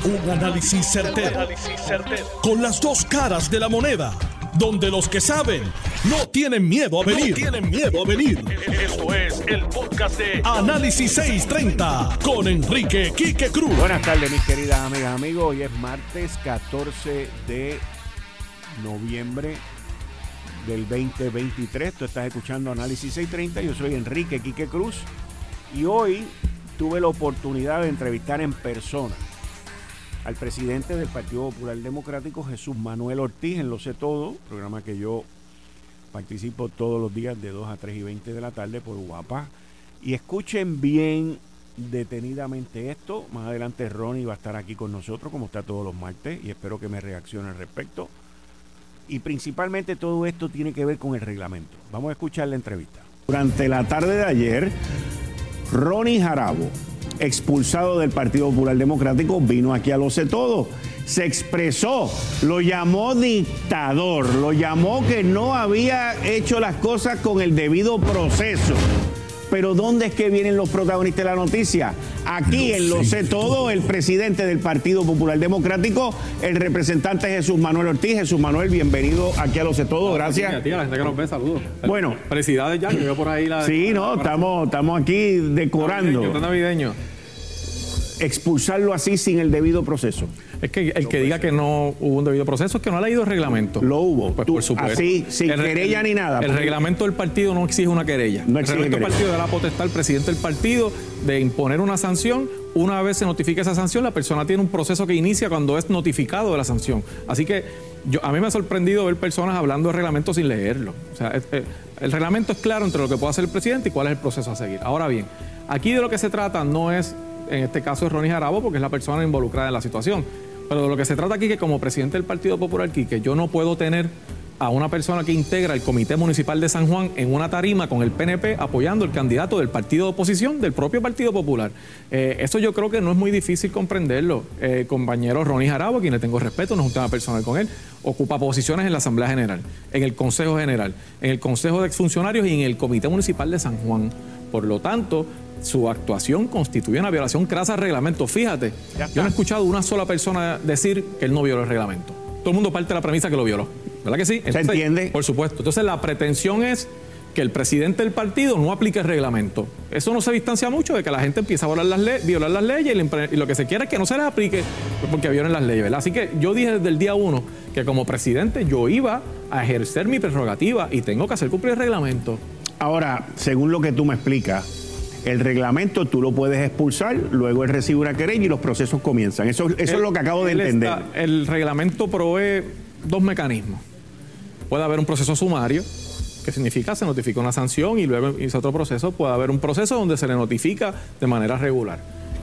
Un análisis certero, con las dos caras de la moneda, donde los que saben no tienen miedo a venir. Esto es el podcast de Análisis 630 con Enrique Quique Cruz. Buenas tardes, mis queridas amigas, amigos. Hoy es martes 14 de noviembre del 2023. Tú estás escuchando Análisis 630. Yo soy Enrique Quique Cruz y hoy tuve la oportunidad de entrevistar en persona al presidente del Partido Popular Democrático, Jesús Manuel Ortiz, en Lo Sé Todo, programa que yo participo todos los días de 2 a 3 y 20 de la tarde por Guapa. Y escuchen bien detenidamente esto. Más adelante Ronnie va a estar aquí con nosotros, como está todos los martes, y espero que me reaccione al respecto. Y principalmente todo esto tiene que ver con el reglamento. Vamos a escuchar la entrevista. Durante la tarde de ayer, Ronnie Jarabo, expulsado del Partido Popular Democrático, vino aquí a Lo Sé Todo, se expresó, lo llamó dictador, lo llamó que no había hecho las cosas con el debido proceso. Pero ¿dónde es que vienen los protagonistas de la noticia? Aquí en Lo Sé Todo, el presidente del Partido Popular Democrático, el representante Jesús Manuel Ortiz. Jesús Manuel, bienvenido aquí a Lo Sé Todo, gracias. A ti, a la gente que nos ve, saludos. Bueno. Felicidades ya, que veo por ahí la... Sí, no, estamos aquí decorando. Está navideño. Expulsarlo así sin el debido proceso. Es que el que diga que no hubo un debido proceso es que no ha leído el reglamento. Lo hubo. Pues por supuesto. Así, sin querella ni nada. El reglamento del partido no exige una querella. No el reglamento del partido da la potestad al presidente del partido de imponer una sanción. Una vez se notifica esa sanción, la persona tiene un proceso que inicia cuando es notificado de la sanción. Así que a mí me ha sorprendido ver personas hablando de reglamento sin leerlo. O sea, el reglamento es claro entre lo que puede hacer el presidente y cuál es el proceso a seguir. Ahora bien, aquí de lo que se trata no es, en este caso es Ronnie Jarabo, porque es la persona involucrada en la situación. Pero de lo que se trata aquí es que como presidente del Partido Popular, Quique, yo no puedo tener a una persona que integra el Comité Municipal de San Juan en una tarima con el PNP apoyando el candidato del partido de oposición del propio Partido Popular. Eso yo creo que no es muy difícil comprenderlo. Compañero Ronnie Jarabo, a quien le tengo respeto, no es un tema personal con él, ocupa posiciones en la Asamblea General, en el Consejo General, en el Consejo de Exfuncionarios y en el Comité Municipal de San Juan. Por lo tanto, su actuación constituye una violación crasa al reglamento. Fíjate, yo no he escuchado una sola persona decir que él no violó el reglamento. Todo el mundo parte de la premisa que lo violó. ¿Verdad que sí? Entonces, ¿se entiende? Por supuesto. Entonces la pretensión es que el presidente del partido no aplique el reglamento. Eso no se distancia mucho de que la gente empieza a violar las leyes y lo que se quiere es que no se les aplique porque violen las leyes, ¿verdad? Así que yo dije desde el día 1 que como presidente yo iba a ejercer mi prerrogativa y tengo que hacer cumplir el reglamento. Ahora, según lo que tú me explicas, el reglamento tú lo puedes expulsar, luego él recibe una querella y los procesos comienzan. Eso es lo que acabo de entender. El reglamento provee dos mecanismos. Puede haber un proceso sumario, que significa se notifica una sanción y luego inicia otro proceso. Puede haber un proceso donde se le notifica de manera regular.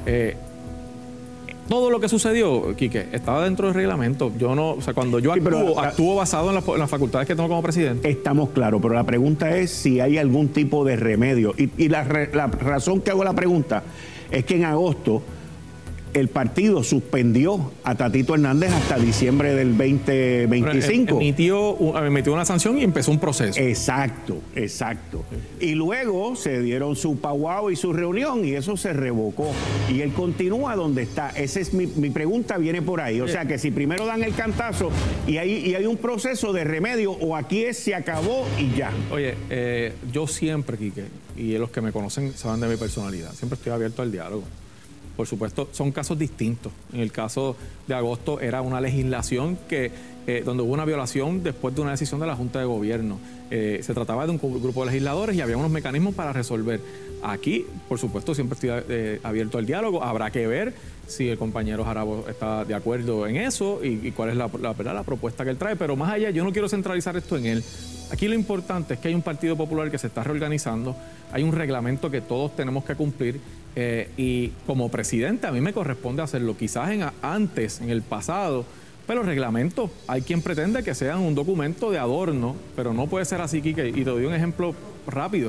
Todo lo que sucedió, Quique, estaba dentro del reglamento. Yo no, o sea, cuando yo actúo basado en las facultades que tengo como presidente. Estamos claros, pero la pregunta es si hay algún tipo de remedio. Y la razón que hago la pregunta es que en agosto el partido suspendió a Tatito Hernández hasta diciembre del 2025. Emitió una sanción y empezó un proceso. Exacto. Sí. Y luego se dieron su powwow y su reunión y eso se revocó. Y él continúa donde está. Esa es mi pregunta, viene por ahí. O sea que si primero dan el cantazo y hay un proceso de remedio o aquí se acabó y ya. Oye, yo siempre, Quique, y los que me conocen saben de mi personalidad, siempre estoy abierto al diálogo. Por supuesto, son casos distintos. En el caso de agosto era una legislación donde hubo una violación después de una decisión de la Junta de Gobierno. Se trataba de un grupo de legisladores y había unos mecanismos para resolver. Aquí, por supuesto, siempre estoy abierto al diálogo. Habrá que ver si el compañero Jarabo está de acuerdo en eso y cuál es la propuesta que él trae. Pero más allá, yo no quiero centralizar esto en él. Aquí lo importante es que hay un Partido Popular que se está reorganizando, hay un reglamento que todos tenemos que cumplir y como presidente a mí me corresponde hacerlo. Quizás antes, en el pasado, pero reglamentos, hay quien pretende que sean un documento de adorno, pero no puede ser así, Quique. Y te doy un ejemplo rápido.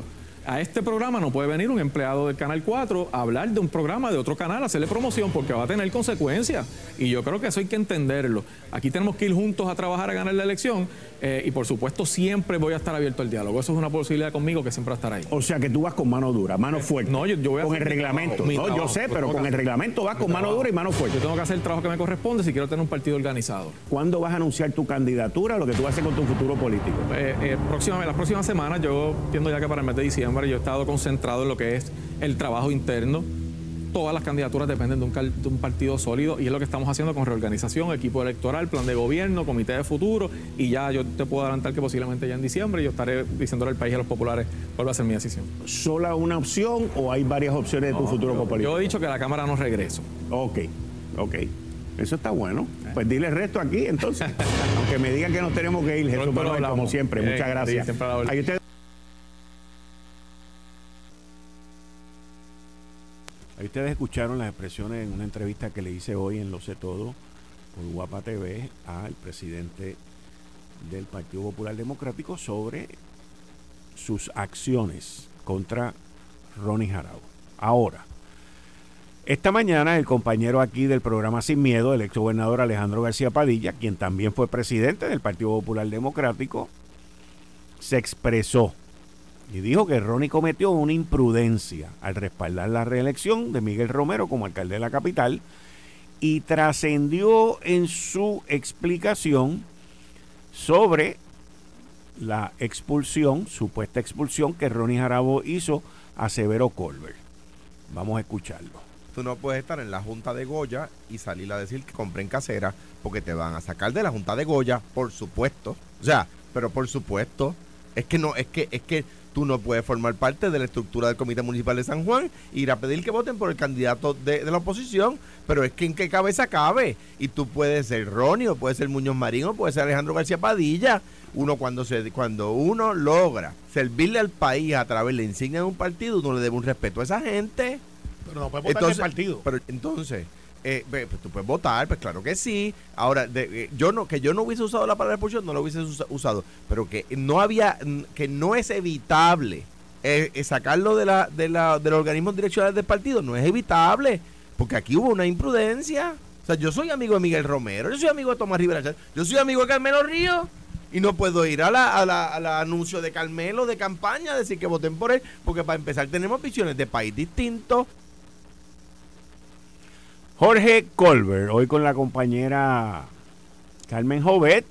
A este programa no puede venir un empleado del Canal 4 a hablar de un programa de otro canal, a hacerle promoción, porque va a tener consecuencias. Y yo creo que eso hay que entenderlo. Aquí tenemos que ir juntos a trabajar a ganar la elección y por supuesto siempre voy a estar abierto al diálogo. Eso es una posibilidad conmigo que siempre va a estar ahí. O sea que tú vas con mano dura, mano fuerte. No, yo voy a con hacer el reglamento. mi No, trabajo. yo sé, pero con el reglamento vas con mano dura y mano fuerte. Yo tengo que hacer el trabajo que me corresponde si quiero tener un partido organizado. ¿Cuándo vas a anunciar tu candidatura, lo que tú vas a hacer con tu futuro político? Las próximas semanas, yo entiendo ya que para el mes de diciembre yo he estado concentrado en lo que es el trabajo interno. Todas las candidaturas dependen de un partido sólido y es lo que estamos haciendo con reorganización, equipo electoral, plan de gobierno, comité de futuro y ya yo te puedo adelantar que posiblemente ya en diciembre yo estaré diciéndole al país y a los populares cuál va a ser mi decisión. ¿Sola una opción o hay varias opciones de tu futuro político? Yo he dicho que a la Cámara no regreso. Ok. Eso está bueno. Pues dile el resto aquí entonces. Aunque me digan que nos tenemos que ir, Jesús Manuel, como siempre. Muchas gracias. Ahí ustedes escucharon las expresiones en una entrevista que le hice hoy en Lo Sé Todo por Guapa TV al presidente del Partido Popular Democrático sobre sus acciones contra Ronnie Jarabo. Ahora, esta mañana el compañero aquí del programa Sin Miedo, el exgobernador Alejandro García Padilla, quien también fue presidente del Partido Popular Democrático, se expresó y dijo que Ronnie cometió una imprudencia al respaldar la reelección de Miguel Romero como alcalde de la capital y trascendió en su explicación sobre la expulsión, supuesta expulsión que Ronnie Jarabo hizo a Severo Colbert. Vamos a escucharlo. Tú no puedes estar en la Junta de Goya y salir a decir que compren casera porque te van a sacar de la Junta de Goya, por supuesto. O sea, pero por supuesto, es que tú no puedes formar parte de la estructura del Comité Municipal de San Juan e ir a pedir que voten por el candidato de la oposición, pero es que en qué cabeza cabe. Y tú puedes ser Ronnie, o puedes ser Muñoz Marín, o puedes ser Alejandro García Padilla. Uno cuando uno logra servirle al país a través de la insignia de un partido, uno le debe un respeto a esa gente. Pero no puede votar en el partido. Pero entonces, pues tú puedes votar, pues claro que sí. Ahora, yo no hubiese usado la palabra expulsión, no lo hubiese usado, pero que no es evitable sacarlo de los organismos direccionales del partido, no es evitable, porque aquí hubo una imprudencia. O sea, yo soy amigo de Miguel Romero, yo soy amigo de Tomás Rivera, yo soy amigo de Carmelo Ríos. Y no puedo ir a la anuncio de Carmelo de campaña a decir que voten por él, porque para empezar tenemos visiones de país distintos. Jorge Colbert, hoy con la compañera Carmen Jovet,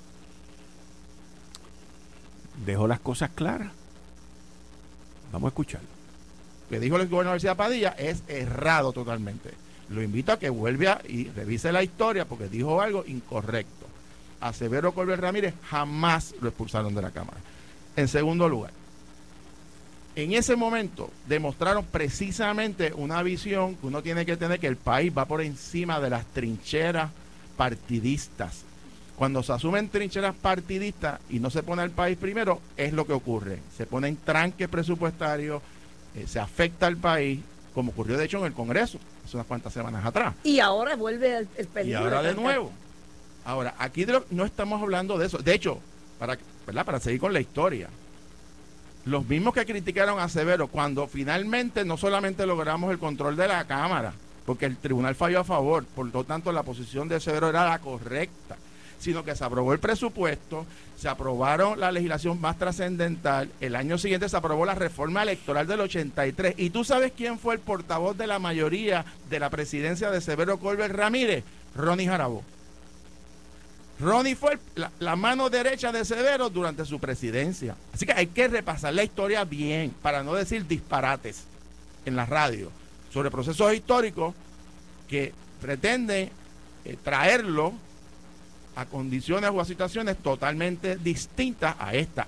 dejó las cosas claras. Vamos a escucharlo. Lo que dijo el gobernador García Padilla es errado totalmente. Lo invito a que vuelva y revise la historia porque dijo algo incorrecto. A Severo Colbert Ramírez jamás lo expulsaron de la Cámara. En segundo lugar, en ese momento demostraron precisamente una visión que uno tiene que tener, que el país va por encima de las trincheras partidistas. Cuando se asumen trincheras partidistas y no se pone al país primero, es lo que ocurre. Se ponen tranques presupuestarios, se afecta al país, como ocurrió de hecho en el Congreso hace unas cuantas semanas atrás. Y ahora vuelve el peligro. Y ahora de nuevo. Ahora, aquí no estamos hablando de eso. De hecho, para seguir con la historia, los mismos que criticaron a Severo cuando finalmente no solamente logramos el control de la Cámara, porque el tribunal falló a favor, por lo tanto la posición de Severo era la correcta, sino que se aprobó el presupuesto, se aprobaron la legislación más trascendental, el año siguiente se aprobó la reforma electoral del 83, y tú sabes quién fue el portavoz de la mayoría de la presidencia de Severo Colbert Ramírez, Ronnie Jarabo. Ronnie fue la mano derecha de Severo durante su presidencia. Así que hay que repasar la historia bien, para no decir disparates en la radio, sobre procesos históricos que pretenden traerlo a condiciones o a situaciones totalmente distintas a esta.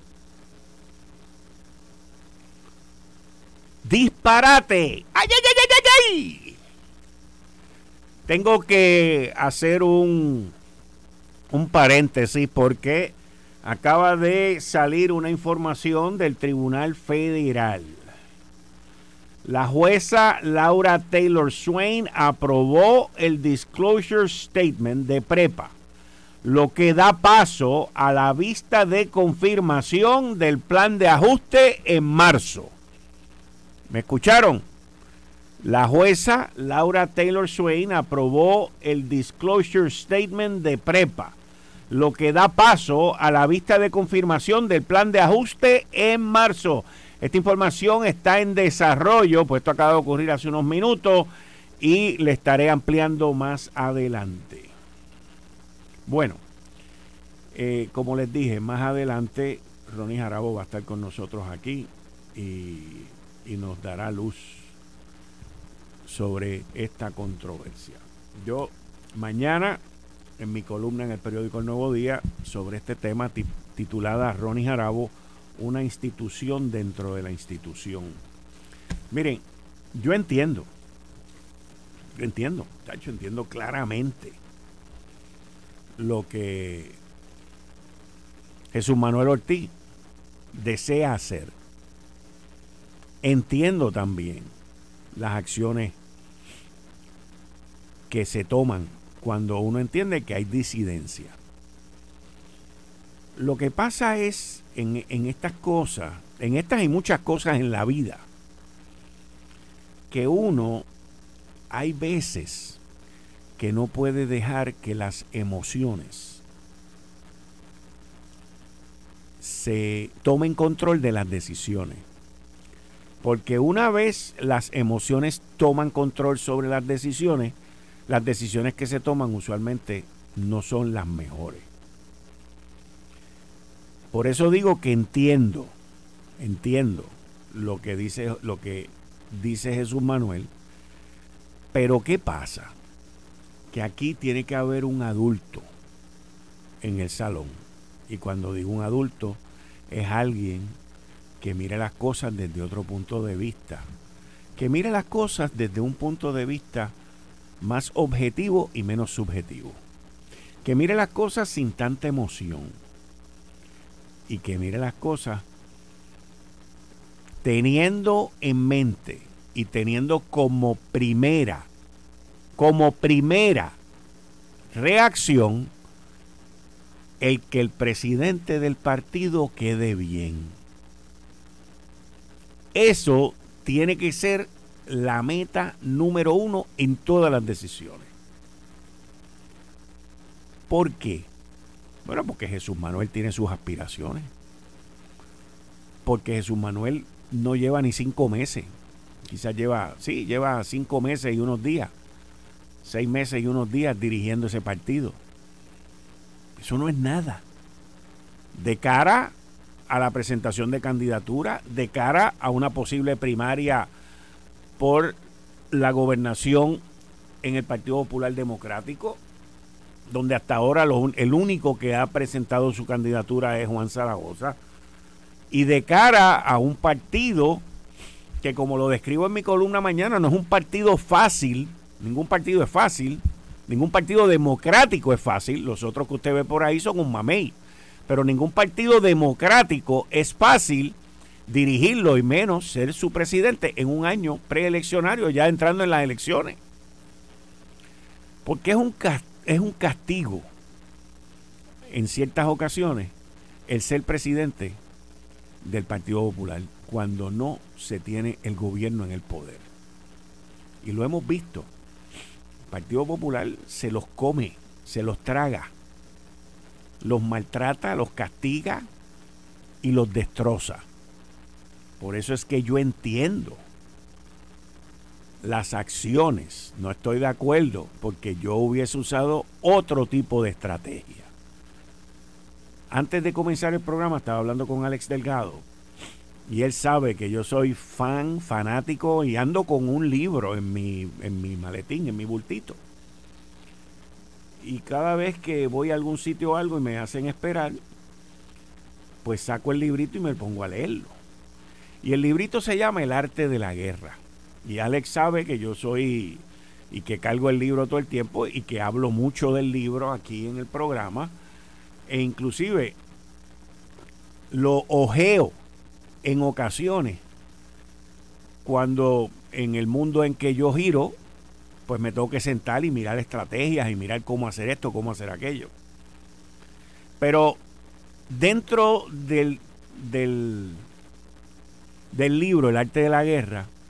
¡Disparate! ¡Ay, ay, ay, ay, ay, ay! Tengo que hacer un paréntesis porque acaba de salir una información del Tribunal Federal. La jueza Laura Taylor Swain aprobó el Disclosure Statement de PREPA, lo que da paso a la vista de confirmación del plan de ajuste en marzo. ¿Me escucharon? La jueza Laura Taylor Swain aprobó el Disclosure Statement de PREPA, lo que da paso a la vista de confirmación del plan de ajuste en marzo. Esta información está en desarrollo, pues esto acaba de ocurrir hace unos minutos y le estaré ampliando más adelante. Bueno, como les dije, más adelante Ronnie Jarabo va a estar con nosotros aquí y nos dará luz sobre esta controversia. Yo mañana en mi columna en el periódico El Nuevo Día sobre este tema titulada Ronnie Jarabo, una institución dentro de la institución. Miren, yo entiendo claramente lo que Jesús Manuel Ortiz desea hacer. Entiendo también las acciones que se toman cuando uno entiende que hay disidencia. Lo que pasa es en estas cosas, en estas y muchas cosas en la vida, que uno hay veces que no puede dejar que las emociones se tomen control de las decisiones. Porque una vez las emociones toman control sobre las decisiones que se toman usualmente no son las mejores. Por eso digo que entiendo lo que dice Jesús Manuel, pero ¿qué pasa? Que aquí tiene que haber un adulto en el salón. Y cuando digo un adulto, es alguien que mire las cosas desde otro punto de vista. Que mire las cosas desde un punto de vista más objetivo y menos subjetivo. Que mire las cosas sin tanta emoción. Y que mire las cosas teniendo en mente y teniendo como primera reacción el que el presidente del partido quede bien. Eso tiene que ser la meta número 1 en todas las decisiones. ¿Por qué? Bueno, porque Jesús Manuel tiene sus aspiraciones. Porque Jesús Manuel no lleva ni 5 meses. Quizás lleva 5 meses y unos días. 6 meses y unos días dirigiendo ese partido. Eso no es nada. De cara a la presentación de candidatura, de cara a una posible primaria por la gobernación en el Partido Popular Democrático, donde hasta ahora el único que ha presentado su candidatura es Juan Zaragoza, y de cara a un partido que, como lo describo en mi columna mañana, no es un partido fácil, ningún partido es fácil, ningún partido democrático es fácil, los otros que usted ve por ahí son un mamey, pero ningún partido democrático es fácil dirigirlo y menos ser su presidente en un año preeleccionario, ya entrando en las elecciones. Porque es un castigo en ciertas ocasiones el ser presidente del Partido Popular cuando no se tiene el gobierno en el poder. Y lo hemos visto. El Partido Popular se los come, se los traga, los maltrata, los castiga y los destroza. Por eso es que yo entiendo las acciones. No estoy de acuerdo porque yo hubiese usado otro tipo de estrategia. Antes de comenzar el programa estaba hablando con Alex Delgado y él sabe que yo soy fanático y ando con un libro en mi maletín, en mi bultito. Y cada vez que voy a algún sitio o algo y me hacen esperar, pues saco el librito y me pongo a leerlo. Y el librito se llama El arte de la guerra. Y Alex sabe que yo soy y que cargo el libro todo el tiempo y que hablo mucho del libro aquí en el programa. E inclusive lo ojeo en ocasiones cuando en el mundo en que yo giro, pues me tengo que sentar y mirar estrategias y mirar cómo hacer esto, cómo hacer aquello. Pero dentro del libro El arte de la guerra,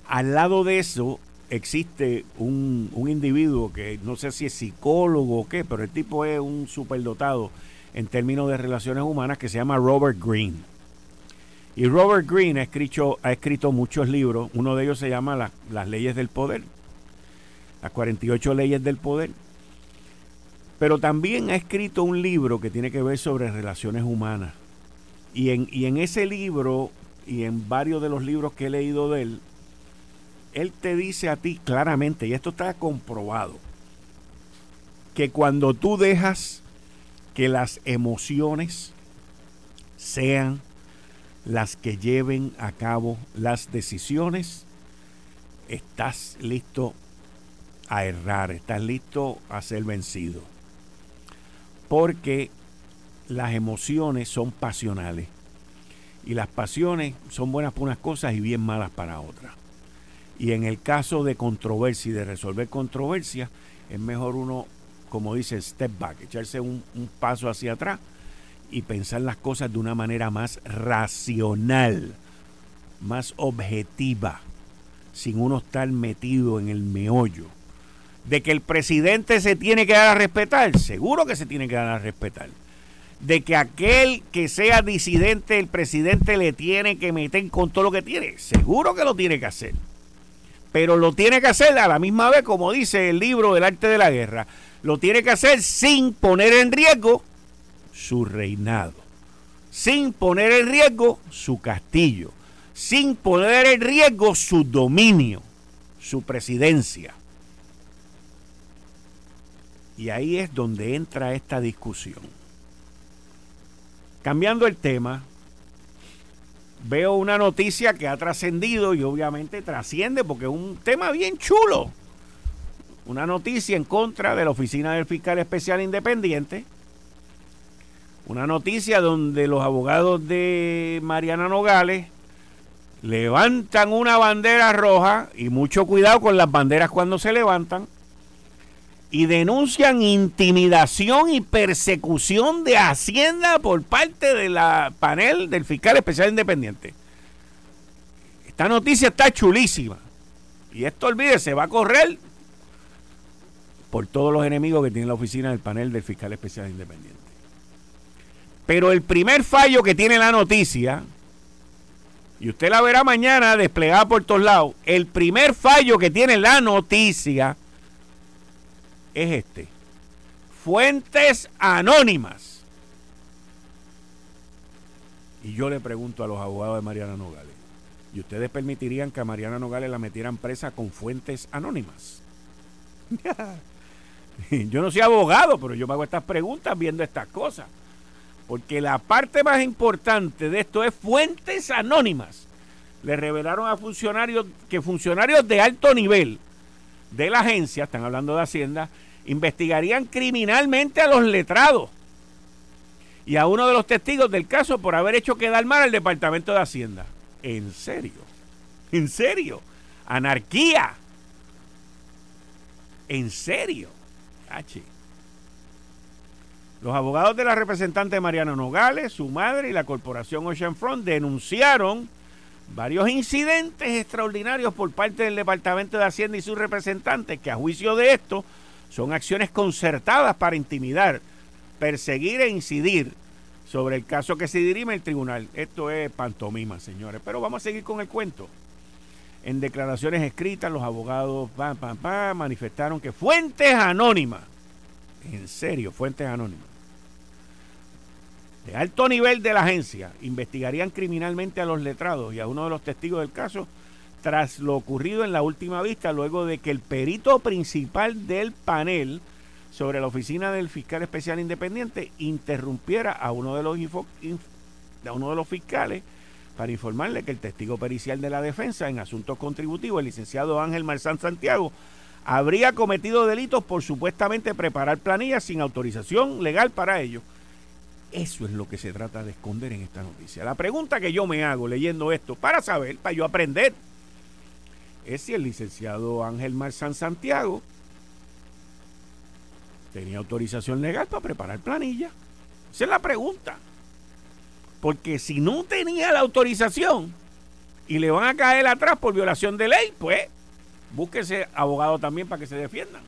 Al lado de eso existe un individuo que no sé si es psicólogo o qué, pero el tipo es un superdotado en términos de relaciones humanas, que se llama Robert Greene. Y Robert Greene ha escrito muchos libros. Uno de ellos se llama Las leyes del poder, las 48 leyes del poder. Pero también ha escrito un libro que tiene que ver sobre relaciones humanas. Y en ese libro, y en varios de los libros que he leído de él te dice a ti claramente, y esto está comprobado, que cuando tú dejas que las emociones sean las que lleven a cabo las decisiones, estás listo a errar, estás listo a ser vencido. Porque las emociones son pasionales. Y las pasiones son buenas para unas cosas y bien malas para otras. Y en el caso de controversia y de resolver controversia, es mejor uno, como dice, step back, echarse un paso hacia atrás y pensar las cosas de una manera más racional, más objetiva, sin uno estar metido en el meollo. De que el presidente se tiene que dar a respetar, seguro que se tiene que dar a respetar. De que aquel que sea disidente, el presidente le tiene que meter con todo lo que tiene, seguro que lo tiene que hacer. Pero lo tiene que hacer a la misma vez, como dice el libro El arte de la guerra, lo tiene que hacer sin poner en riesgo su reinado, sin poner en riesgo su castillo, sin poner en riesgo su dominio, su presidencia. Y ahí es donde entra esta discusión. Cambiando el tema, veo una noticia que ha trascendido y obviamente trasciende porque es un tema bien chulo. Una noticia en contra de la Oficina del Fiscal Especial Independiente. Una noticia donde los abogados de Mariana Nogales levantan una bandera roja, y mucho cuidado con las banderas cuando se levantan, y denuncian intimidación y persecución de Hacienda por parte de la panel del Fiscal Especial Independiente. Esta noticia está chulísima. Y esto, olvídese, va a correr por todos los enemigos que tiene la oficina del panel del Fiscal Especial Independiente. Pero el primer fallo que tiene la noticia, y usted la verá mañana desplegada por todos lados, el primer fallo que tiene la noticia es este: fuentes anónimas. Y yo le pregunto a los abogados de Mariana Nogales, ¿y ustedes permitirían que a Mariana Nogales la metieran presa con fuentes anónimas? Yo no soy abogado, pero yo me hago estas preguntas viendo estas cosas. Porque la parte más importante de esto es fuentes anónimas. Le revelaron a funcionarios de alto nivel de la agencia, están hablando de Hacienda, investigarían criminalmente a los letrados y a uno de los testigos del caso por haber hecho quedar mal al Departamento de Hacienda. ¿En serio? ¿En serio? Anarquía. ¿En serio? Cachi. Los abogados de la representante Mariana Nogales, su madre y la corporación Oceanfront denunciaron varios incidentes extraordinarios por parte del Departamento de Hacienda y sus representantes, que a juicio de esto son acciones concertadas para intimidar, perseguir e incidir sobre el caso que se dirime el tribunal. Esto es pantomima, señores, pero vamos a seguir con el cuento. En declaraciones escritas, los abogados manifestaron que fuentes anónimas, en serio, fuentes anónimas, de alto nivel de la agencia, investigarían criminalmente a los letrados y a uno de los testigos del caso tras lo ocurrido en la última vista, luego de que el perito principal del panel sobre la oficina del Fiscal Especial Independiente interrumpiera a uno de los fiscales para informarle que el testigo pericial de la defensa en asuntos contributivos, el licenciado Ángel Marzán Santiago, habría cometido delitos por supuestamente preparar planillas sin autorización legal para ello. Eso es lo que se trata de esconder en esta noticia. La pregunta que yo me hago leyendo esto, para saber, para yo aprender, es si el licenciado Ángel Marzán Santiago tenía autorización legal para preparar planillas. Esa es la pregunta. Porque si no tenía la autorización, y le van a caer atrás por violación de ley, pues búsquese abogado también para que se defiendan.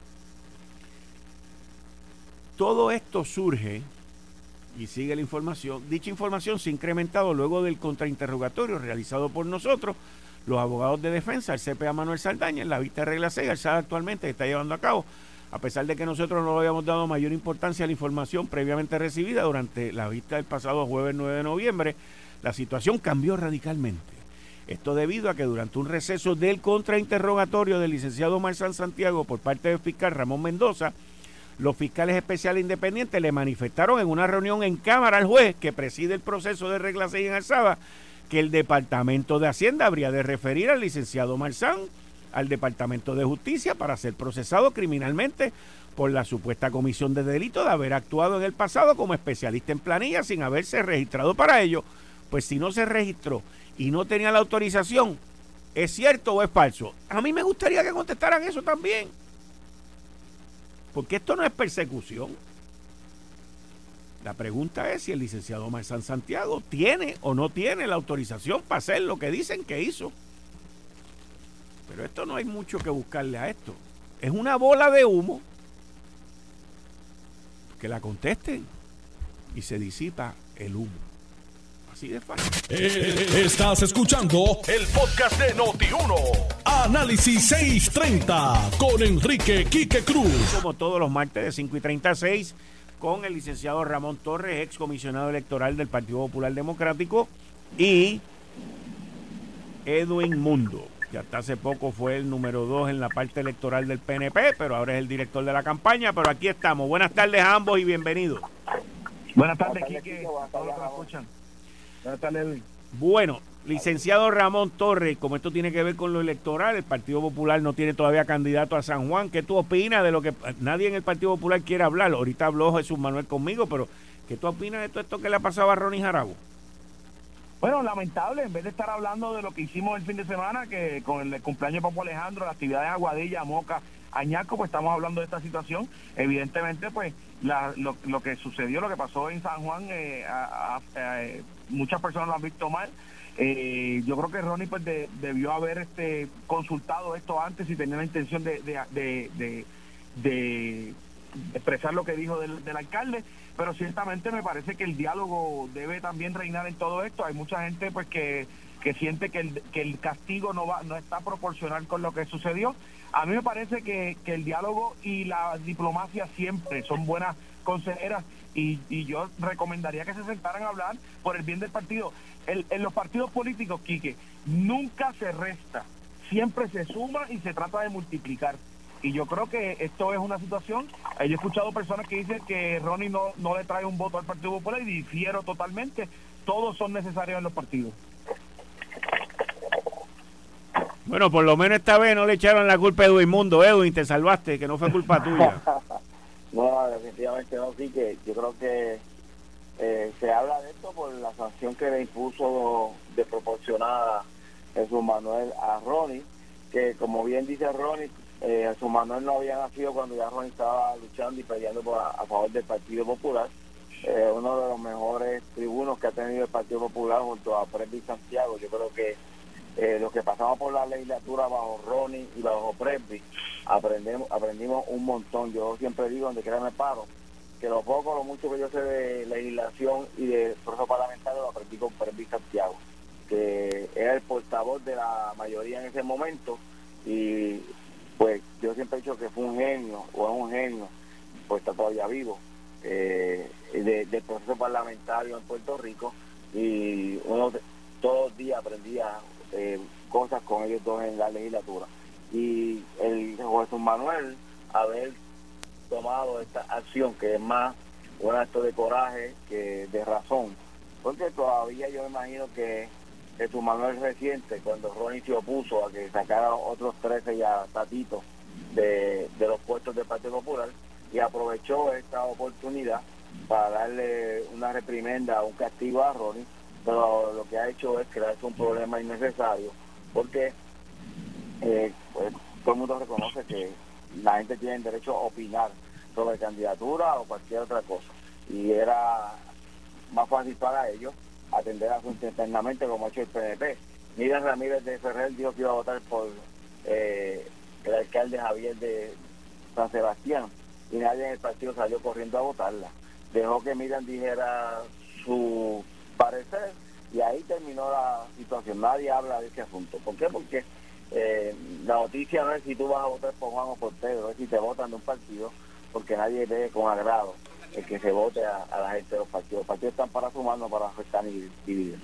Todo esto surge, y sigue la información, dicha información se ha incrementado luego del contrainterrogatorio realizado por nosotros, los abogados de defensa, el CPA Manuel Saldaña, en la vista de regla 6, alzada actualmente, que está llevando a cabo, a pesar de que nosotros no le habíamos dado mayor importancia a la información previamente recibida durante la vista del pasado jueves 9 de noviembre, la situación cambió radicalmente. Esto debido a que durante un receso del contrainterrogatorio del licenciado Marzán Santiago por parte del fiscal Ramón Mendoza, los fiscales especiales independientes le manifestaron en una reunión en Cámara al juez que preside el proceso de regla 6 en alzada que el Departamento de Hacienda habría de referir al licenciado Marzán al Departamento de Justicia para ser procesado criminalmente por la supuesta comisión de delito de haber actuado en el pasado como especialista en planilla sin haberse registrado para ello. Pues si no se registró y no tenía la autorización, ¿es cierto o es falso? A mí me gustaría que contestaran eso también. Porque esto no es persecución. La pregunta es si el licenciado Marzán Santiago tiene o no tiene la autorización para hacer lo que dicen que hizo. Pero esto no hay mucho que buscarle a esto. Es una bola de humo. Que la contesten y se disipa el humo. Así de fácil. Estás escuchando el podcast de Noti1. Análisis 630 con Enrique Quique Cruz. Como todos los martes de 5:30 a 6, con el licenciado Ramón Torres, ex comisionado electoral del Partido Popular Democrático, y Edwin Mundo, que hasta hace poco fue el número 2 en la parte electoral del PNP, pero ahora es el director de la campaña. Pero aquí estamos. Buenas tardes a ambos y bienvenidos. Buenas tardes, Quique, a todos los que me escuchan. Buenas tardes, Edwin. Bueno, licenciado Ramón Torres, como esto tiene que ver con lo electoral, el Partido Popular no tiene todavía candidato a San Juan. ¿Qué tú opinas de lo que nadie en el Partido Popular quiere hablar? Ahorita habló Jesús Manuel conmigo, pero ¿qué tú opinas de todo esto que le ha pasado a Ronnie Jarabo? Bueno, lamentable, en vez de estar hablando de lo que hicimos el fin de semana, que con el cumpleaños de Papo Alejandro, las actividades de Aguadilla, Moca, Añasco, pues estamos hablando de esta situación. Evidentemente, pues lo que sucedió, lo que pasó en San Juan, muchas personas lo han visto mal. Yo creo que Ronnie pues debió haber consultado esto antes y tenía la intención de expresar lo que dijo del alcalde, pero ciertamente me parece que el diálogo debe también reinar en todo esto. Hay mucha gente pues que siente que el castigo no está proporcional con lo que sucedió. A mí me parece que el diálogo y la diplomacia siempre son buenas consejeras, y yo recomendaría que se sentaran a hablar por el bien del partido. En los partidos políticos, Quique, nunca se resta, siempre se suma y se trata de multiplicar. Y yo creo que esto es una situación. Yo he escuchado personas que dicen que Ronnie no le trae un voto al Partido Popular, y difiero totalmente. Todos son necesarios en los partidos. Bueno, por lo menos esta vez no le echaron la culpa a Edwin Mundo. Edwin, te salvaste, que no fue culpa tuya. No, definitivamente no, sí, que yo creo que se habla de esto por la sanción que le impuso desproporcionada Jesús Manuel a Ronnie, que como bien dice Ronnie, Jesús Manuel no había nacido cuando ya Ronnie estaba luchando y peleando a favor del Partido Popular. Uno de los mejores tribunos que ha tenido el Partido Popular junto a Presby Santiago. Yo creo que los que pasamos por la legislatura bajo Ronnie y bajo Presby aprendimos un montón. Yo siempre digo, donde quiera me paro, que lo poco o lo mucho que yo sé de legislación y de proceso parlamentario lo aprendí con Presby Santiago, que era el portavoz de la mayoría en ese momento, y pues yo siempre he dicho que fue un genio, o es un genio, pues está todavía vivo, del proceso parlamentario en Puerto Rico, y uno todos los días aprendía cosas con ellos dos en la legislatura. Y el Jesús Manuel haber tomado esta acción, que es más un acto de coraje que de razón, porque todavía yo me imagino que Jesús Manuel reciente, cuando Ronnie se opuso a que sacara otros 13 ya tatitos de los puestos del Partido Popular, y aprovechó esta oportunidad para darle una reprimenda, un castigo a Ronnie, pero lo que ha hecho es crearse un problema innecesario, porque pues, todo el mundo reconoce que la gente tiene derecho a opinar sobre candidatura o cualquier otra cosa, y era más fácil para ellos atender asuntos internamente como ha hecho el PNP, Miriam Ramírez de Ferrer dijo que iba a votar por el alcalde Javier de San Sebastián y nadie en el partido salió corriendo a votarla. Dejó que Miriam dijera su parecer y ahí terminó la situación. Nadie habla de ese asunto. ¿Por qué? Porque la noticia no es si tú vas a votar por Juan o por Pedro, es si te votan de un partido, porque nadie ve con agrado el que se vote a la gente de los partidos. Los partidos están para sumar, no para afectar ni dividir.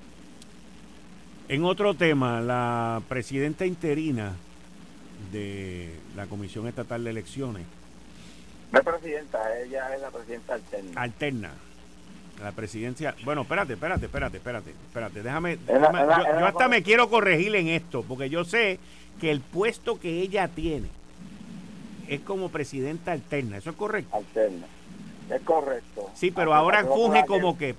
En otro tema, la presidenta interina de la Comisión Estatal de Elecciones. No es presidenta, ella es la presidenta alterna. Alterna. La presidencia. Bueno, espérate. Déjame. Yo hasta me quiero corregir en esto, porque yo sé que el puesto que ella tiene es como presidenta alterna. ¿Eso es correcto? Alterna. Es correcto. Sí, pero ahora funge como qué.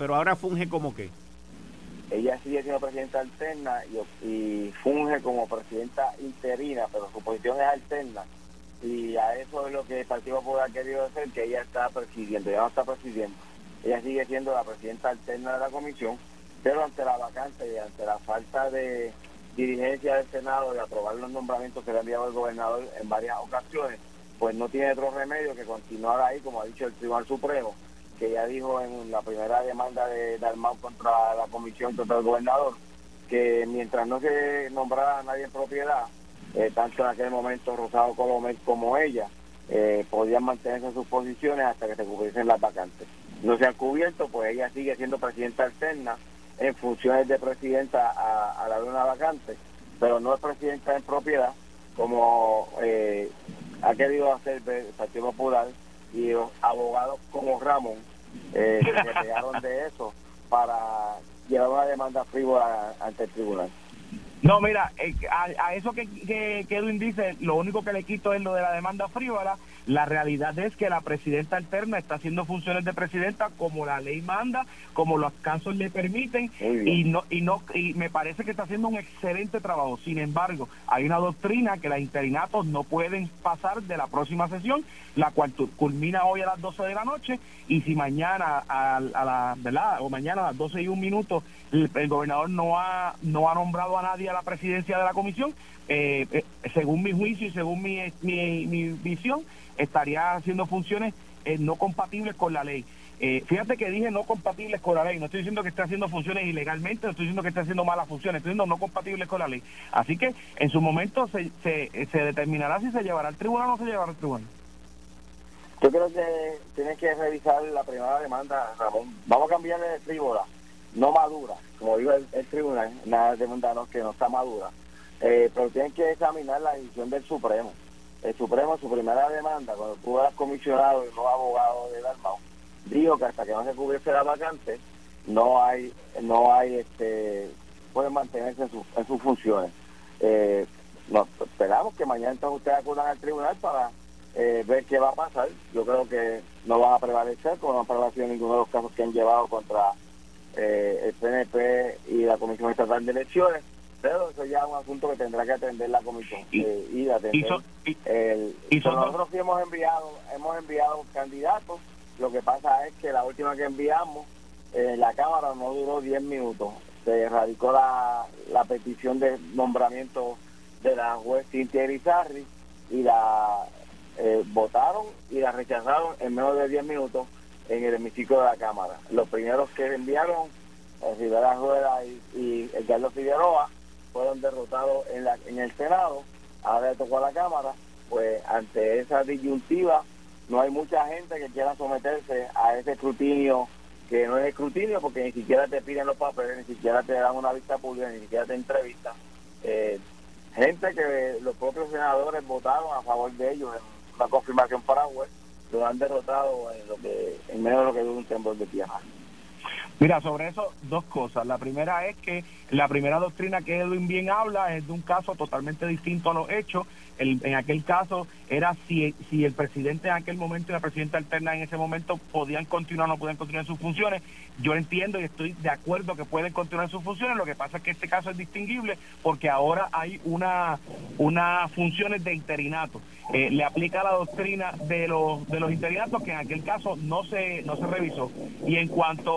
Ella sigue siendo presidenta alterna y funge como presidenta interina, pero su posición es alterna. Y a eso es lo que el Partido Popular ha querido hacer, que ella está presidiendo. Ella no está presidiendo. Ella sigue siendo la presidenta alterna de la comisión, pero ante la vacante y ante la falta de dirigencia del Senado de aprobar los nombramientos que le ha enviado el gobernador en varias ocasiones, pues no tiene otro remedio que continuar ahí, como ha dicho el Tribunal Supremo, que ya dijo en la primera demanda de Dalmau contra la comisión, contra el gobernador, que mientras no se nombrara a nadie en propiedad, tanto en aquel momento Rosado Colomer como ella, podían mantenerse en sus posiciones hasta que se cubriesen las vacantes. No se han cubierto, pues ella sigue siendo presidenta alterna en funciones de presidenta a la de una vacante, pero no es presidenta en propiedad, como ha querido hacer el Partido Popular, y los abogados como Ramón se pegaron de eso para llevar una demanda frívola ante el tribunal. No, mira, a eso que Edwin dice, lo único que le quito es lo de la demanda frívola. La realidad es que la presidenta alterna está haciendo funciones de presidenta como la ley manda, como los casos le permiten, y me parece que está haciendo un excelente trabajo. Sin embargo, hay una doctrina que los interinatos no pueden pasar de la próxima sesión, la cual culmina hoy a las 12 de la noche, y si mañana mañana a las 12:01 el gobernador no ha nombrado a nadie a la presidencia de la comisión, según mi juicio y según mi visión, estaría haciendo funciones no compatibles con la ley. Fíjate que dije no compatibles con la ley, no estoy diciendo que esté haciendo funciones ilegalmente, no estoy diciendo que esté haciendo malas funciones, estoy diciendo no compatibles con la ley. Así que en su momento se determinará si se llevará al tribunal o no se llevará al tribunal. Yo creo que tienes que revisar la primera demanda, Ramón. Vamos a cambiarle de frívola, no madura, como dijo el tribunal, nada de mandarnos que no está madura. Pero tienen que examinar la decisión del Supremo. El Supremo, su primera demanda, cuando tú eras comisionado y no abogado de Dalmau, dijo que hasta que no se cubriese la vacante, pueden mantenerse en sus funciones. Nos esperamos que mañana entonces ustedes acudan al tribunal para ver qué va a pasar. Yo creo que no van a prevalecer, como no han prevalecido ninguno de los casos que han llevado contra el PNP y la Comisión Estatal de Elecciones, pero eso ya es un asunto que tendrá que atender la comisión y atender nosotros sí hemos enviado candidatos. Lo que pasa es que la última que enviamos la Cámara no duró 10 minutos, se radicó la petición de nombramiento de la juez Cintia Irizarry y la votaron y la rechazaron en menos de 10 minutos en el hemiciclo de la Cámara. Los primeros que enviaron, Rivera Rueda y Edgardo Figueroa, fueron derrotados en el Senado. Ahora le tocó a la Cámara. Pues ante esa disyuntiva no hay mucha gente que quiera someterse a ese escrutinio, que no es escrutinio porque ni siquiera te piden los papeles, ni siquiera te dan una vista pública, ni siquiera te entrevistan. Gente que los propios senadores votaron a favor de ellos en una confirmación para juez, lo han derrotado en menos de lo que dura un temblor de tierra. Mira, sobre eso, dos cosas. La primera es que la primera doctrina que Edwin bien habla es de un caso totalmente distinto a los hechos. En aquel caso era si el presidente en aquel momento y la presidenta alterna en ese momento podían continuar o no podían continuar sus funciones. Yo entiendo y estoy de acuerdo que pueden continuar sus funciones. Lo que pasa es que este caso es distinguible porque ahora hay unas funciones de interinato. Le aplica la doctrina de los interinatos que en aquel caso no se revisó. Y en cuanto a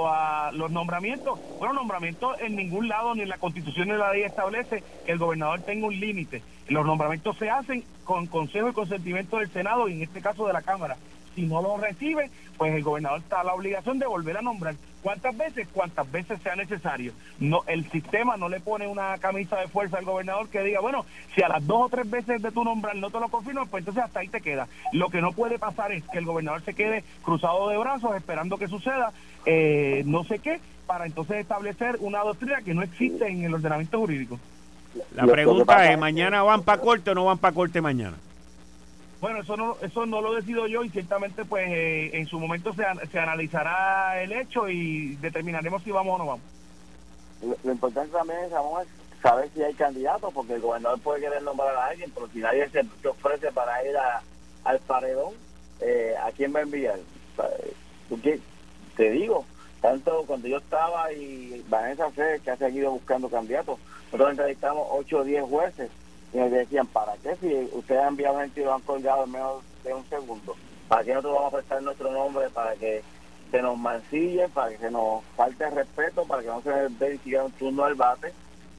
los nombramientos, bueno, nombramientos en ningún lado, ni en la Constitución ni la ley establece que el gobernador tenga un límite. Los nombramientos se hacen con consejo y consentimiento del Senado y en este caso de la Cámara. Si no lo recibe, pues el gobernador está a la obligación de volver a nombrar. ¿Cuántas veces? Cuantas veces sea necesario. No, el sistema no le pone una camisa de fuerza al gobernador que diga, bueno, si a las 2 o 3 veces de tu nombrar no te lo confirman, pues entonces hasta ahí te queda. Lo que no puede pasar es que el gobernador se quede cruzado de brazos esperando que suceda no sé qué, para entonces establecer una doctrina que no existe en el ordenamiento jurídico. La pregunta es, ¿mañana van para corte o no van para corte mañana? Bueno, eso no lo decido yo y ciertamente pues en su momento se analizará el hecho y determinaremos si vamos o no vamos. Lo importante también es saber si hay candidatos, porque el gobernador puede querer nombrar a alguien, pero si nadie se ofrece para ir al paredón, ¿a quién va a enviar? Porque te digo, tanto cuando yo estaba y Vanessa C, que ha seguido buscando candidatos, nosotros entrevistamos 8 o 10 jueces y nos decían, ¿para qué? Si ustedes han enviado gente y lo han colgado en menos de un segundo, ¿para qué nosotros vamos a prestar nuestro nombre para que se nos mancille, para que se nos falte respeto, para que no se nos dé siquiera un turno al bate?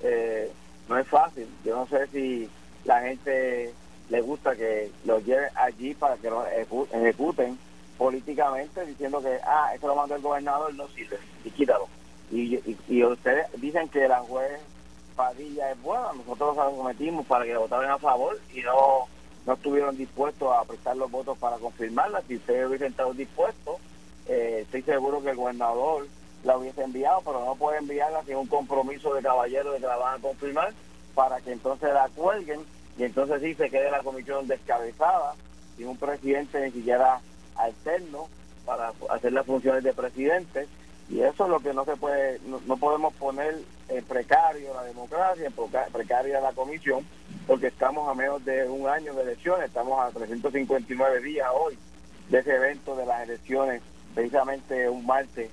No es fácil. Yo no sé si la gente le gusta que los lleve allí para que lo ejecuten políticamente, diciendo que eso lo mandó el gobernador, no sirve, y quítalo. Y ustedes dicen que la juez Padilla es buena, nosotros nos sometimos para que votaran a favor y no estuvieron dispuestos a prestar los votos para confirmarla. Si ustedes hubiesen estado dispuestos, estoy seguro que el gobernador la hubiese enviado, pero no puede enviarla sin un compromiso de caballero de que la van a confirmar, para que entonces la cuelguen y entonces sí se quede la comisión descabezada sin un presidente ni siquiera alterno para hacer las funciones de presidente. Y eso es lo que no se puede, no podemos poner precario la democracia, precaria la comisión, porque estamos a menos de un año de elecciones, estamos a 359 días hoy de ese evento de las elecciones, precisamente un martes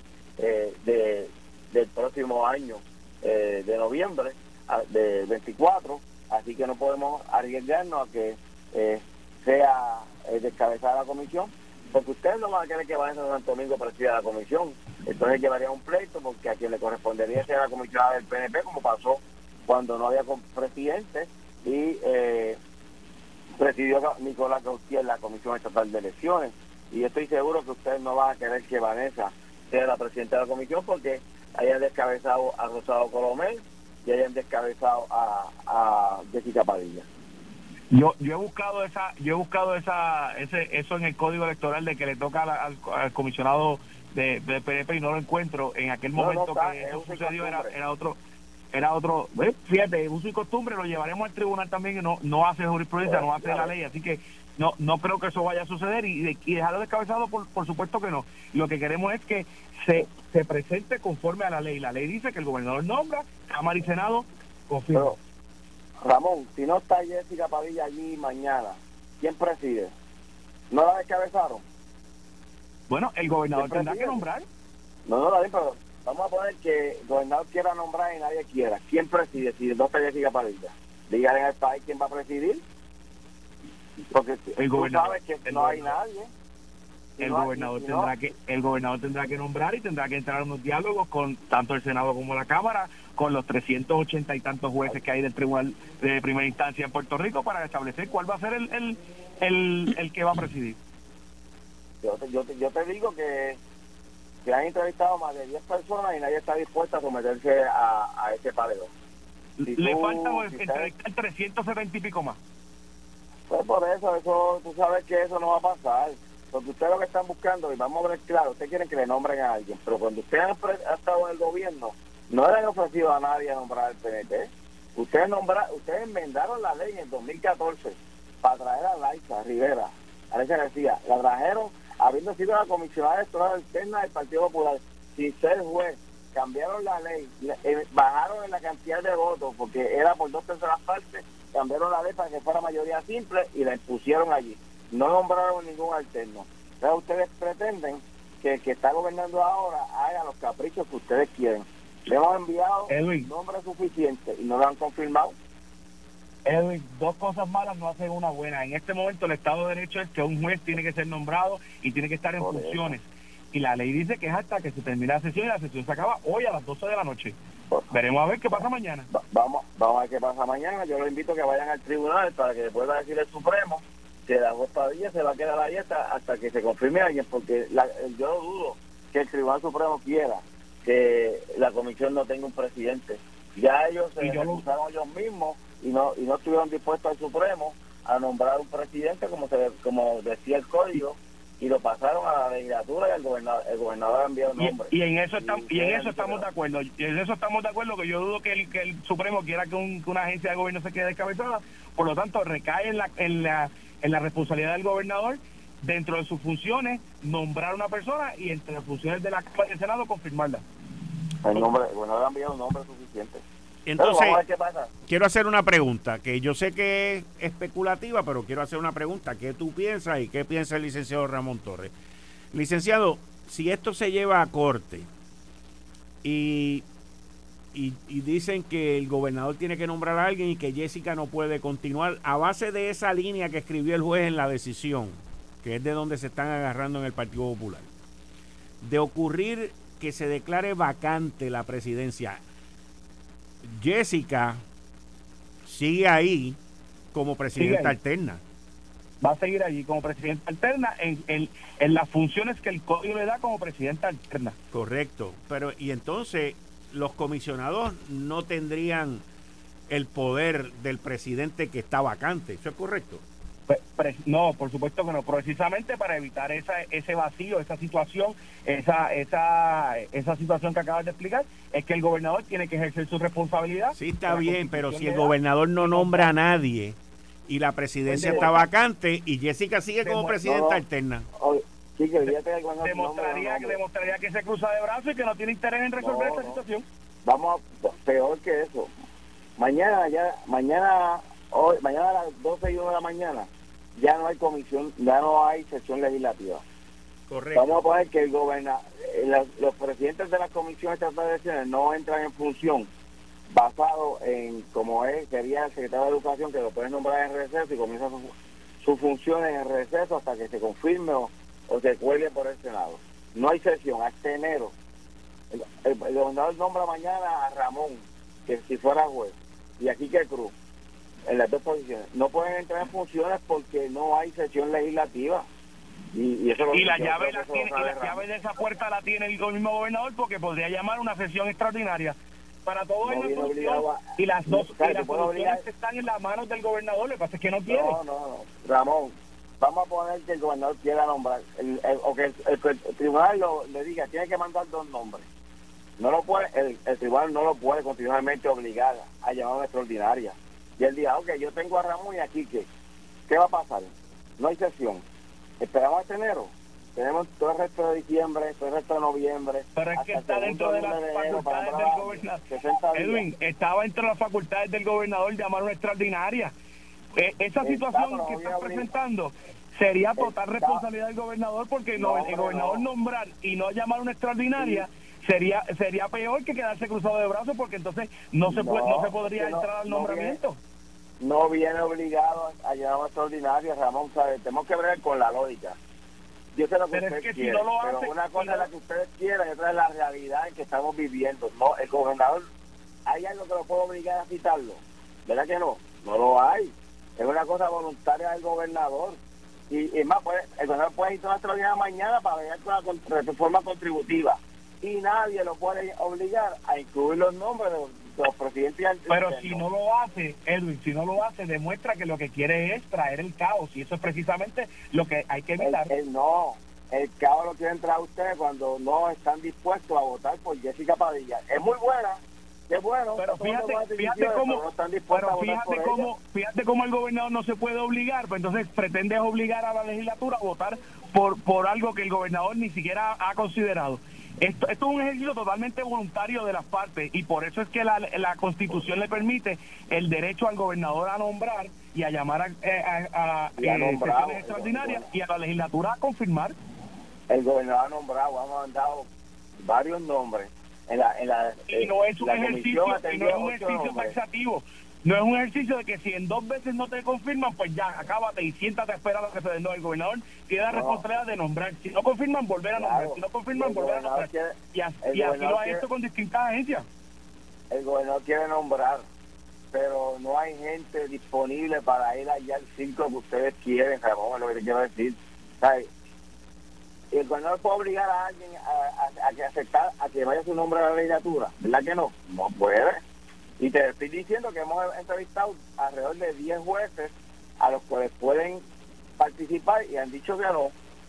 del próximo año, de noviembre, de 24, así que no podemos arriesgarnos a que sea descabezada la comisión, porque ustedes no van a querer que Vanessa Santo Domingo presida la comisión. Entonces llevaría un pleito, porque a quien le correspondería ser la comisionada del PNP, como pasó cuando no había presidente y presidió Nicolás Gautier la Comisión Estatal de Elecciones. Y yo estoy seguro que ustedes no van a querer que Vanessa sea la presidenta de la comisión, porque hayan descabezado a Rosado Colomel y hayan descabezado a Jessica Padilla. Yo he buscado eso en el código electoral de que le toca al comisionado de PNP y no lo encuentro. En aquel momento que eso sucedió era otro, fíjate, uso y costumbre, lo llevaremos al tribunal también, y no hace jurisprudencia, no hace la ley, así que no creo que eso vaya a suceder y dejarlo descabezado, por supuesto que no. Lo que queremos es que se presente conforme a la ley. La ley dice que el gobernador nombra, Cámara y Senado confirma. Pero, Ramón, si no está Jessica Padilla allí mañana, ¿quién preside? ¿No la descabezaron? Bueno, el gobernador tendrá que nombrar. No, pero vamos a poner que el gobernador quiera nombrar y nadie quiera. ¿Quién preside si no está Jessica Padilla? Díganle al país quién va a presidir. Porque tú sabes que no hay nadie. El gobernador tendrá que nombrar y tendrá que entrar en unos diálogos con tanto el Senado como la Cámara, con los 380 y tantos jueces que hay del Tribunal de Primera Instancia en Puerto Rico, para establecer cuál va a ser el que va a presidir. Yo te digo que se han entrevistado más de 10 personas y nadie está dispuesto a someterse a ese paredón. Le faltan entrevistar 370 y pico más. Pues por eso tú sabes que eso no va a pasar. Porque ustedes lo que están buscando, y vamos a ver claro, ustedes quieren que le nombren a alguien, pero cuando ustedes han estado en el gobierno, no le han ofrecido a nadie a nombrar al PNP. Ustedes enmendaron la ley en el 2014 para traer a Laisa Rivera, a Laisa García. La trajeron habiendo sido la comisionada electoral alterna del Partido Popular, sin ser juez. Cambiaron la ley, bajaron en la cantidad de votos, porque era por 2/3 partes, cambiaron la ley para que fuera mayoría simple y la impusieron allí. No nombraron ningún alterno. Entonces ustedes pretenden que el que está gobernando ahora haga los caprichos que ustedes quieren. Le hemos enviado nombres suficientes y no lo han confirmado. Edwin, 2 cosas malas no hacen una buena. En este momento el Estado de Derecho es que un juez tiene que ser nombrado y tiene que estar en funciones. y la ley dice que es hasta que se termine la sesión, y la sesión se acaba hoy a las 12 de la noche. Veremos a ver qué pasa mañana. Vamos a ver qué pasa mañana. Yo los invito a que vayan al tribunal para que pueda decir el Supremo que la Estadía se va a quedar ahí hasta que se confirme alguien, porque yo dudo que el Tribunal Supremo quiera que la comisión no tenga un presidente. Ya ellos se acusaron ellos mismos y no estuvieron dispuestos al Supremo a nombrar un presidente como decía el código, y lo pasaron a la legislatura, y el gobernador ha enviado un nombre. Y en eso estamos de acuerdo. Y en eso estamos de acuerdo, que yo dudo que el Supremo quiera que una agencia de gobierno se quede descabezada. Por lo tanto, recae en la responsabilidad del gobernador, dentro de sus funciones, nombrar una persona, y entre las funciones de la Cámara y el Senado, confirmarla. El gobernador ha enviado un nombre suficiente. Entonces, vamos a ver qué pasa. Quiero hacer una pregunta, que yo sé que es especulativa, pero quiero hacer una pregunta. ¿Qué tú piensas y qué piensa el licenciado Ramón Torres? Licenciado, si esto se lleva a corte y dicen que el gobernador tiene que nombrar a alguien y que Jessica no puede continuar, a base de esa línea que escribió el juez en la decisión, que es de donde se están agarrando en el Partido Popular, de ocurrir que se declare vacante la presidencia, Jessica sigue ahí como presidenta alterna. Va a seguir allí como presidenta alterna en las funciones que el código le da como presidenta alterna. Correcto, pero y entonces los comisionados no tendrían el poder del presidente que está vacante, ¿eso es correcto? No, por supuesto que no, precisamente para evitar ese vacío, esa situación que acabas de explicar, es que el gobernador tiene que ejercer su responsabilidad. Sí, está bien, pero si el gobernador no nombra a nadie y la presidencia está vacante y Jessica sigue como presidenta alterna. Sí, que demostraría que se cruza de brazos y que no tiene interés en resolver esta situación. Vamos peor que eso. Mañana a las 12:01 de la mañana ya no hay comisión, ya no hay sesión legislativa. Correcto. Vamos a poner que los presidentes de las comisiones estatales no entran en función basado en como sería el secretario de Educación, que lo pueden nombrar en receso y comienza sus funciones en receso hasta que se confirme o se cuelgue por el Senado. No hay sesión hasta enero. El gobernador nombra mañana a Ramón, que si fuera juez, y a Quique Cruz, en las dos posiciones. No pueden entrar en funciones porque no hay sesión legislativa. Y la llave de esa puerta la tiene el mismo gobernador, porque podría llamar una sesión extraordinaria. Para todo no hay función, y las soluciones están en las manos del gobernador. Lo que pasa es que no quiere. No, Ramón, vamos a poner que el gobernador quiera nombrar, o que el tribunal le diga, tiene que mandar 2 nombres. No lo puede, el tribunal no lo puede continuamente obligar a llamar a una extraordinaria. Y él diga, ok, yo tengo a Ramón y a Quique, ¿qué va a pasar? No hay sesión. Esperamos hasta enero. Tenemos todo el resto de diciembre, todo el resto de noviembre. Pero es que está dentro de las facultades del gobernador. Edwin, estaba dentro de las facultades del gobernador llamar una extraordinaria. Esa situación que están presentando sería total responsabilidad del gobernador, porque el gobernador nombrar y no llamar una extraordinaria sería peor que quedarse cruzado de brazos, porque entonces no se podría entrar al nombramiento. No viene obligado a llamar una extraordinaria, Ramón, ¿sabes? Tenemos que ver con la lógica. Yo sé lo que ustedes quieren, si no lo hace, pero una cosa es la que ustedes quieren y otra es la realidad en que estamos viviendo. No, el gobernador, ¿hay algo que lo puede obligar a citarlo? ¿Verdad que no? No lo hay. Es una cosa voluntaria del gobernador. Y es más, el gobernador puede ir toda la extraordinaria mañana para ver con la reforma contributiva. Y nadie lo puede obligar a incluir los nombres de los presidentes. Pero si no lo hace, Edwin, demuestra que lo que quiere es traer el caos, y eso es precisamente lo que hay que evitar. El caos lo quieren traer ustedes cuando no están dispuestos a votar por Jessica Padilla. Es muy buena, es bueno, pero fíjate cómo el gobernador no se puede obligar, pues entonces pretende obligar a la legislatura a votar por algo que el gobernador ni siquiera ha considerado. Esto es un ejercicio totalmente voluntario de las partes, y por eso es que la Constitución le permite el derecho al gobernador a nombrar y a llamar a sesiones extraordinarias y a la legislatura a confirmar. El gobernador ha nombrado, ha mandado varios nombres. Y no es un ejercicio taxativo. No es un ejercicio de que si en 2 veces no te confirman, pues ya, acábate y siéntate a esperar a que se den. No, el gobernador tiene la responsabilidad de nombrar. Si no confirman, volver a nombrar. Si no confirman, volver a nombrar. Y así lo ha hecho con distintas agencias. El gobernador quiere nombrar, pero no hay gente disponible para ir allá al circo que ustedes quieren, Ramón, es lo que te quiero decir. ¿Sabes? El gobernador puede obligar a alguien a que aceptar a que vaya su nombre a la legislatura, ¿verdad que no? No puede. Y te estoy diciendo que hemos entrevistado alrededor de 10 jueces a los cuales pueden participar y han dicho que no.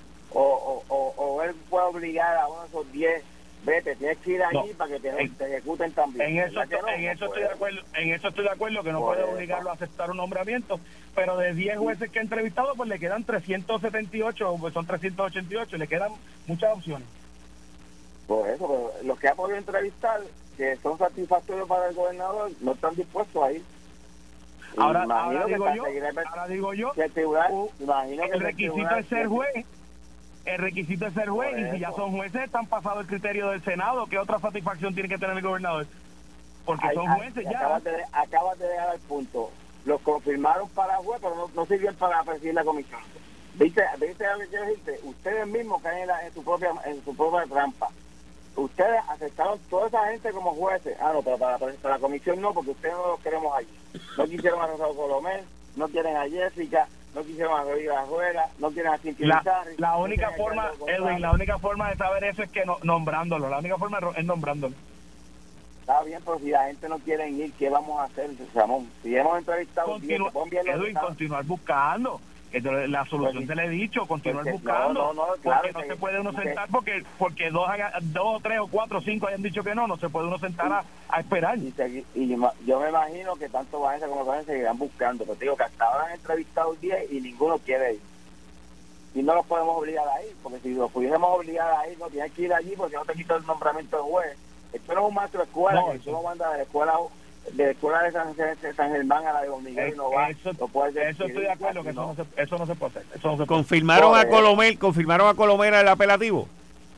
O él puede obligar a uno de esos 10, vete, tienes que ir allí para que te ejecuten también. En eso estoy de acuerdo que no puede obligarlo a aceptar un nombramiento, pero de 10 jueces que he entrevistado, pues le quedan 378, pues son 388, le quedan muchas opciones. Por eso, pero los que ha podido entrevistar, que son satisfactorios para el gobernador, no están dispuestos a ir. Ahora digo yo, que el tribunal, el requisito es ser juez. El requisito es ser juez, y si ya son jueces, están pasados el criterio del Senado. ¿Qué otra satisfacción tiene que tener el gobernador? Porque son jueces ya. Acabas de llegar al punto. Los confirmaron para juez, pero no sirvieron para presidir la comisión. ¿Viste lo que quiero decirte? Ustedes mismos caen en su propia trampa. Ustedes aceptaron toda esa gente como jueces. No, pero para la comisión no, porque ustedes no los queremos allí. No quisieron a Rosario Colomé, no quieren a Jessica, no quisieron a Rodríguez Ajuela, no quieren a Cintia Bizarri. La única forma, Edwin, la única forma de saber eso es que nombrándolo. La única forma es nombrándolo. Está bien, pero si la gente no quiere ir, ¿qué vamos a hacer, Ramón? Si hemos entrevistado Edwin, continuar buscando. La solución se le he dicho, continuar buscando. Claro, porque no se puede uno sentar porque 2 o 3 o 4 o 5 hayan dicho que no se puede uno sentar a esperar. Y yo me imagino que tanto Vanessa como Vanessa seguirán buscando, pero te digo que hasta ahora han entrevistado 10 y ninguno quiere ir. Y no los podemos obligar a ir, porque si los pudiésemos obligar a ir, no tienes que ir allí porque no te quito el nombramiento de juez. Esto no es un maestro de escuela, que tú no mandas de la escuela de San Germán a la de Don Miguel y no va. Eso estoy de acuerdo, que eso no se puede hacer. ¿Confirmaron a Colomera el apelativo?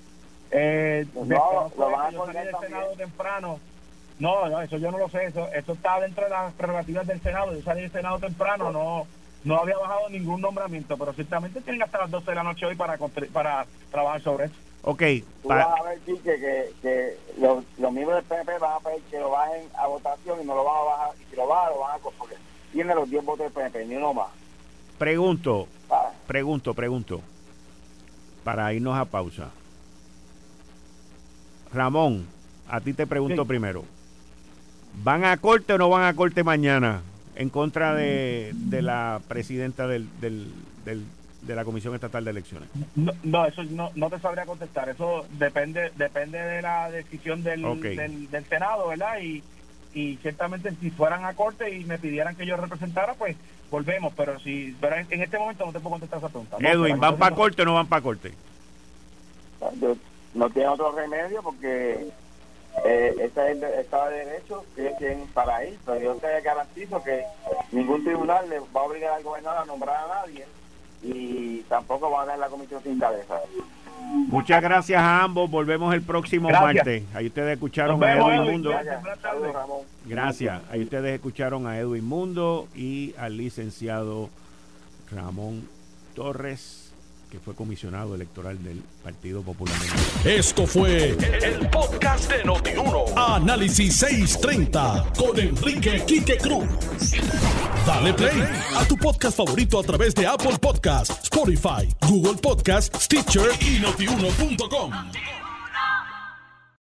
Lo van a colgar del Senado temprano. No, eso yo no lo sé. Eso está dentro de las prerrogativas del Senado. Yo salí del Senado temprano, no había bajado ningún nombramiento, pero ciertamente tienen hasta las 12 de la noche hoy para trabajar sobre eso. Ok. Tú vas a ver, Quique, que los miembros del PNP van a pedir que lo bajen a votación y no lo van a bajar. Y si lo bajan, lo van a porque tiene los 10 votos del PNP, ni uno más. Pregunto. Para irnos a pausa. Ramón, a ti te pregunto primero. ¿Van a corte o no van a corte mañana en contra de la presidenta de la Comisión Estatal de Elecciones? No, eso no te sabría contestar. Eso depende de la decisión del Senado, ¿verdad? Y ciertamente si fueran a corte y me pidieran que yo representara, pues volvemos. Pero en este momento no te puedo contestar esa pregunta. Edwin, ¿van para corte o no van para corte? No tiene otro remedio porque ese es el Estado de Derecho que tienen para ir, pero yo te garantizo que ningún tribunal le va a obligar al gobernador a nombrar a nadie y tampoco va a dar la comisión sin cabeza. Muchas gracias a ambos. Volvemos el próximo martes. Ahí ustedes escucharon a Edwin Mundo. Gracias. Ahí ustedes escucharon a Edwin Mundo y al licenciado Ramón Torres, que fue comisionado electoral del Partido Popular. Esto fue el podcast de Noti1. Análisis 630 con Enrique Quique Cruz. Dale play a tu podcast favorito a través de Apple Podcasts, Spotify, Google Podcasts, Stitcher y Notiuno.com.